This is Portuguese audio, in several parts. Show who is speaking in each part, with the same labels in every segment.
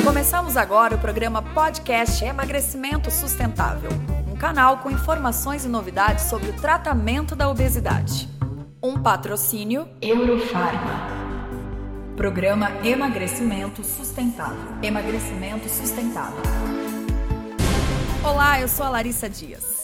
Speaker 1: Começamos agora o programa podcast Emagrecimento Sustentável, um canal com informações e novidades sobre o tratamento da obesidade. Um patrocínio Eurofarma. Programa Emagrecimento Sustentável. Emagrecimento Sustentável. Olá, eu sou a Larissa Dias.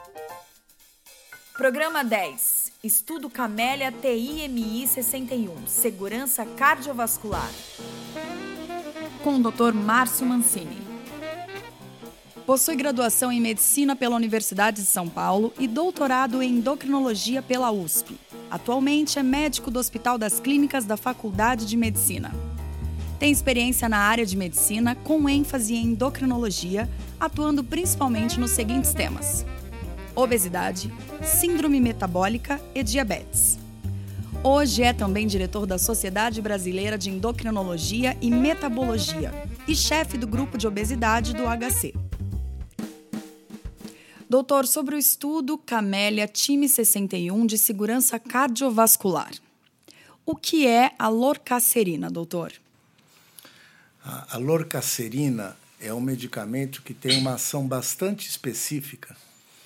Speaker 1: Programa 10. Estudo Camélia TIMI 61. Segurança cardiovascular. Com o Dr. Márcio Mancini. Possui graduação em Medicina pela Universidade de São Paulo e doutorado em Endocrinologia pela USP. Atualmente é médico do Hospital das Clínicas da Faculdade de Medicina. Tem experiência na área de medicina, com ênfase em endocrinologia, atuando principalmente nos seguintes temas: obesidade, síndrome metabólica e diabetes. Hoje é também diretor da Sociedade Brasileira de Endocrinologia e Metabologia e chefe do grupo de obesidade do HC. Doutor, sobre o estudo Camélia TIMI 61 de segurança cardiovascular. O que é a lorcacerina, doutor?
Speaker 2: A lorcacerina é um medicamento que tem uma ação bastante específica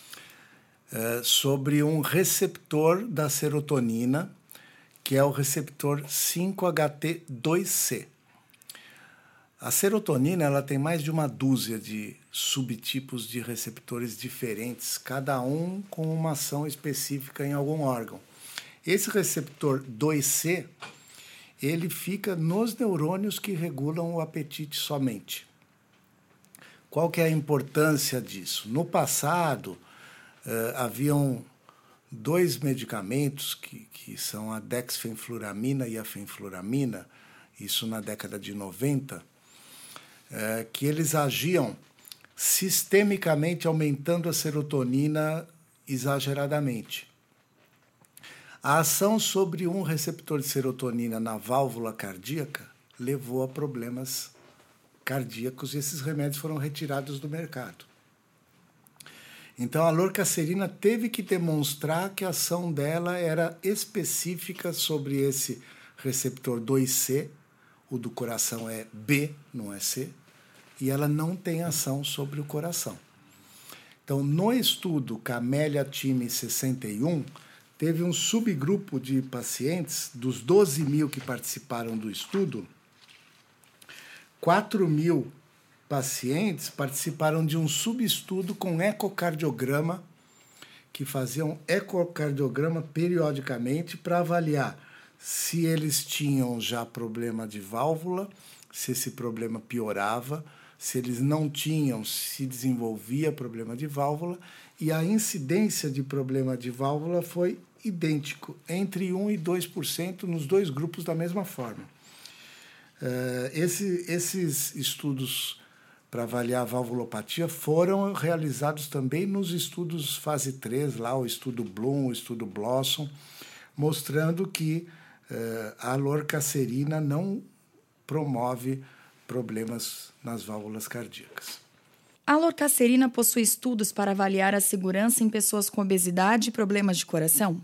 Speaker 2: sobre um receptor da serotonina, que é o receptor 5-HT2C. A serotonina ela tem mais de uma dúzia de subtipos de receptores diferentes, cada um com uma ação específica em algum órgão. Esse receptor 2C, ele fica nos neurônios que regulam o apetite somente. Qual que é a importância disso? No passado, haviam dois medicamentos que são a dexfenfluramina e a fenfluramina, isso na década de 90, que eles agiam sistemicamente aumentando a serotonina exageradamente. A ação sobre um receptor de serotonina na válvula cardíaca levou a problemas cardíacos e esses remédios foram retirados do mercado. Então, a lorcacerina teve que demonstrar que a ação dela era específica sobre esse receptor 2C, o do coração é B, não é C, e ela não tem ação sobre o coração. Então, no estudo Camélia TIMI 61, teve um subgrupo de pacientes, dos 12 mil que participaram do estudo, 4 mil pacientes participaram de um subestudo com ecocardiograma, que faziam ecocardiograma periodicamente para avaliar se eles tinham já problema de válvula, se esse problema piorava, se eles não tinham, se desenvolvia problema de válvula, e a incidência de problema de válvula foi idêntico, entre 1% e 2% nos dois grupos da mesma forma. Esses estudos para avaliar a valvulopatia foram realizados também nos estudos fase 3, lá o estudo Bloom, o estudo Blossom, mostrando que a lorcacerina não promove problemas nas válvulas cardíacas.
Speaker 1: A lorcacerina possui estudos para avaliar a segurança em pessoas com obesidade e problemas de coração?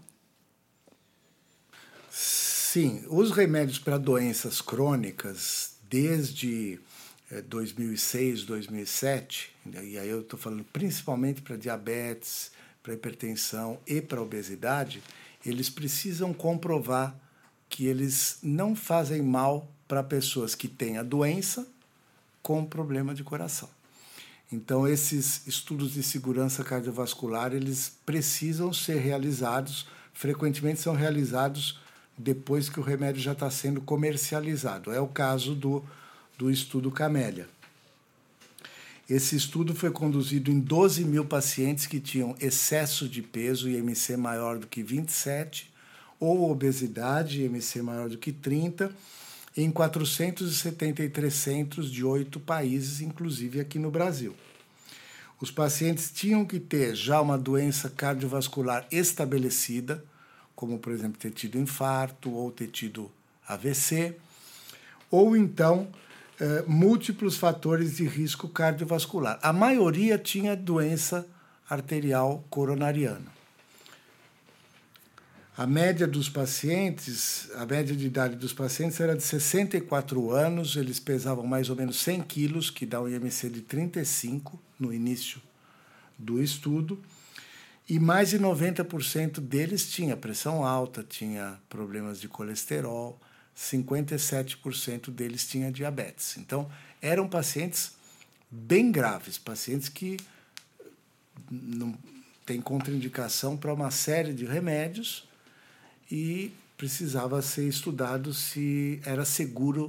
Speaker 2: Sim, os remédios para doenças crônicas, desde 2006, 2007, e aí eu estou falando principalmente para diabetes, para hipertensão e para obesidade, eles precisam comprovar que eles não fazem mal para pessoas que têm a doença com problema de coração. Então, esses estudos de segurança cardiovascular, eles precisam ser realizados, frequentemente são realizados depois que o remédio já está sendo comercializado. É o caso do estudo Camélia. Esse estudo foi conduzido em 12 mil pacientes que tinham excesso de peso, IMC maior do que 27, ou obesidade, IMC maior do que 30, em 473 centros de 8 países, inclusive aqui no Brasil. Os pacientes tinham que ter já uma doença cardiovascular estabelecida, como, por exemplo, ter tido infarto ou ter tido AVC, ou então múltiplos fatores de risco cardiovascular. A maioria tinha doença arterial coronariana. A média dos pacientes, a média de idade dos pacientes era de 64 anos, eles pesavam mais ou menos 100 quilos, que dá um IMC de 35 no início do estudo, e mais de 90% deles tinha pressão alta, tinha problemas de colesterol, 57% deles tinha diabetes. Então, eram pacientes bem graves, pacientes que não têm contraindicação para uma série de remédios, e precisava ser estudado se era seguro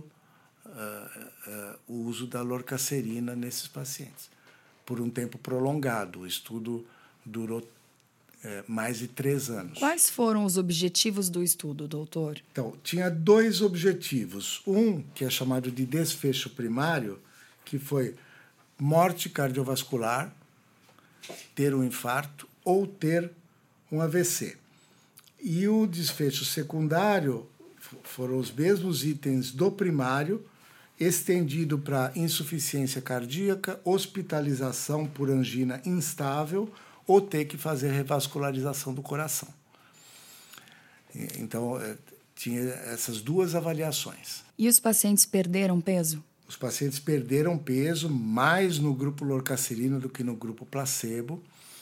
Speaker 2: o uso da lorcacerina nesses pacientes. Por um tempo prolongado, o estudo durou mais de 3 anos.
Speaker 1: Quais foram os objetivos do estudo, doutor?
Speaker 2: Então, tinha 2 objetivos. Um, que é chamado de desfecho primário, que foi morte cardiovascular, ter um infarto ou ter um AVC. E o desfecho secundário foram os mesmos itens do primário, estendido para insuficiência cardíaca, hospitalização por angina instável ou ter que fazer revascularização do coração. Então, tinha essas 2 avaliações.
Speaker 1: E os pacientes perderam peso?
Speaker 2: Os pacientes perderam peso mais no grupo lorcacerina do que no grupo placebo.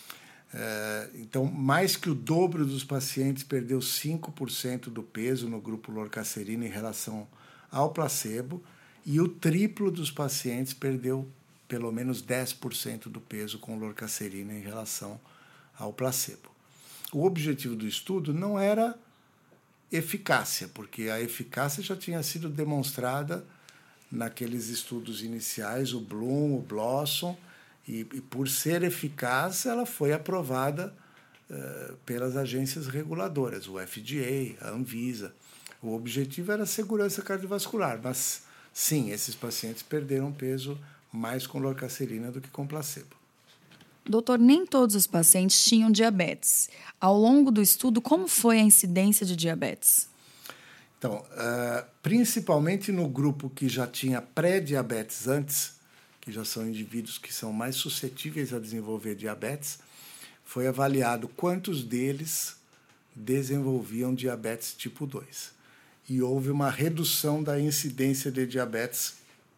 Speaker 2: Então, mais que o dobro dos pacientes perdeu 5% do peso no grupo lorcacerina em relação ao placebo, e o triplo dos pacientes perdeu pelo menos 10% do peso com lorcacerina em relação ao placebo. O objetivo do estudo não era eficácia, porque a eficácia já tinha sido demonstrada naqueles estudos iniciais, o Bloom, o Blossom, e por ser eficaz, ela foi aprovada pelas agências reguladoras, o FDA, a Anvisa. O objetivo era a segurança cardiovascular, mas sim, esses pacientes perderam peso mais com lorcacerina do que com placebo.
Speaker 1: Doutor, nem todos os pacientes tinham diabetes. Ao longo do estudo, como foi a incidência de diabetes?
Speaker 2: Então, principalmente no grupo que já tinha pré-diabetes antes, que já são indivíduos que são mais suscetíveis a desenvolver diabetes, foi avaliado quantos deles desenvolviam diabetes tipo 2. E houve uma redução da incidência de diabetes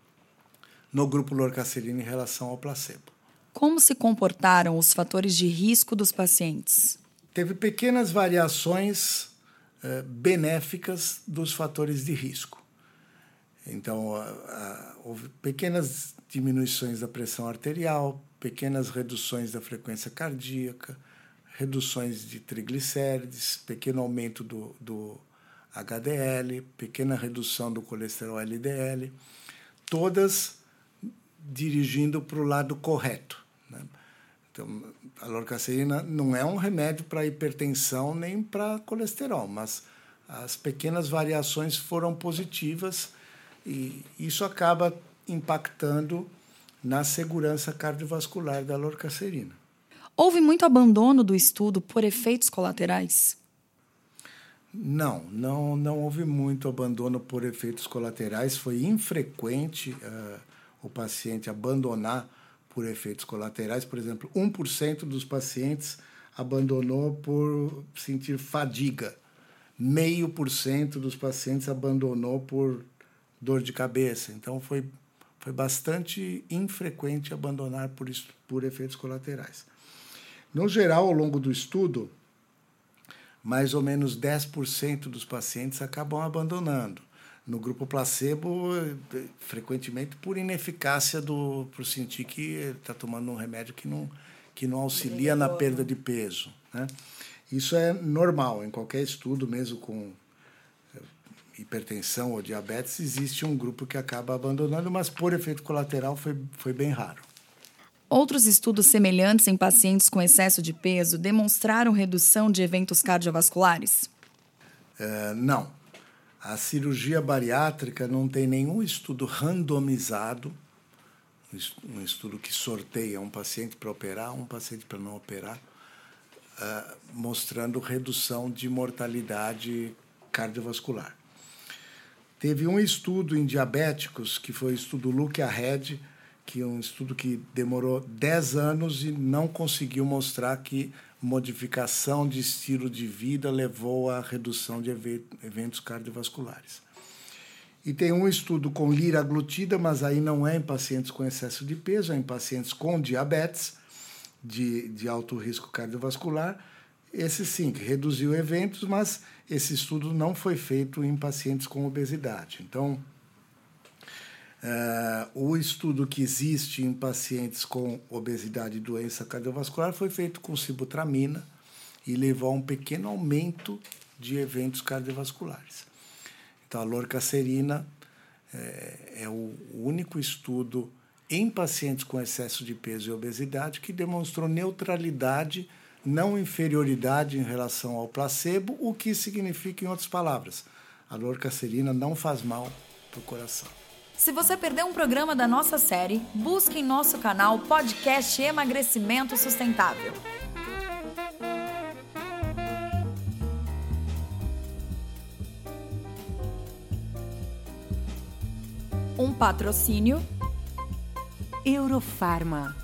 Speaker 2: no grupo lorcacerina em relação ao placebo.
Speaker 1: Como se comportaram os fatores de risco dos pacientes?
Speaker 2: Teve pequenas variações benéficas dos fatores de risco. Então, houve pequenas diminuições da pressão arterial, pequenas reduções da frequência cardíaca, reduções de triglicérides, pequeno aumento do HDL, pequena redução do colesterol LDL, todas dirigindo para o lado correto, né? Então, a lorcacerina não é um remédio para hipertensão nem para colesterol, mas as pequenas variações foram positivas e isso acaba impactando na segurança cardiovascular da lorcacerina.
Speaker 1: Houve muito abandono do estudo por efeitos colaterais?
Speaker 2: Não houve muito abandono por efeitos colaterais. Foi infrequente o paciente abandonar por efeitos colaterais. Por exemplo, 1% dos pacientes abandonou por sentir fadiga. 0,5% dos pacientes abandonou por dor de cabeça. Então, foi bastante infrequente abandonar por efeitos colaterais. No geral, ao longo do estudo, mais ou menos 10% dos pacientes acabam abandonando. No grupo placebo, frequentemente por ineficácia, por sentir que está tomando um remédio que não auxilia na perda de peso, né? Isso é normal, em qualquer estudo, mesmo com hipertensão ou diabetes, existe um grupo que acaba abandonando, mas por efeito colateral foi bem raro.
Speaker 1: Outros estudos semelhantes em pacientes com excesso de peso demonstraram redução de eventos cardiovasculares?
Speaker 2: Não. A cirurgia bariátrica não tem nenhum estudo randomizado, um estudo que sorteia um paciente para operar, um paciente para não operar, mostrando redução de mortalidade cardiovascular. Teve um estudo em diabéticos, que foi o estudo Look Ahead, que é um estudo que demorou 10 anos e não conseguiu mostrar que modificação de estilo de vida levou à redução de eventos cardiovasculares. E tem um estudo com liraglutida, mas aí não é em pacientes com excesso de peso, é em pacientes com diabetes de alto risco cardiovascular. Esse sim, que reduziu eventos, mas esse estudo não foi feito em pacientes com obesidade. Então, o estudo que existe em pacientes com obesidade e doença cardiovascular foi feito com sibutramina e levou a um pequeno aumento de eventos cardiovasculares. Então, a lorcacerina é o único estudo em pacientes com excesso de peso e obesidade que demonstrou neutralidade, não inferioridade em relação ao placebo, o que significa, em outras palavras, a lorcacerina não faz mal para o coração.
Speaker 1: Se você perdeu um programa da nossa série, busque em nosso canal Podcast Emagrecimento Sustentável. Um patrocínio Eurofarma.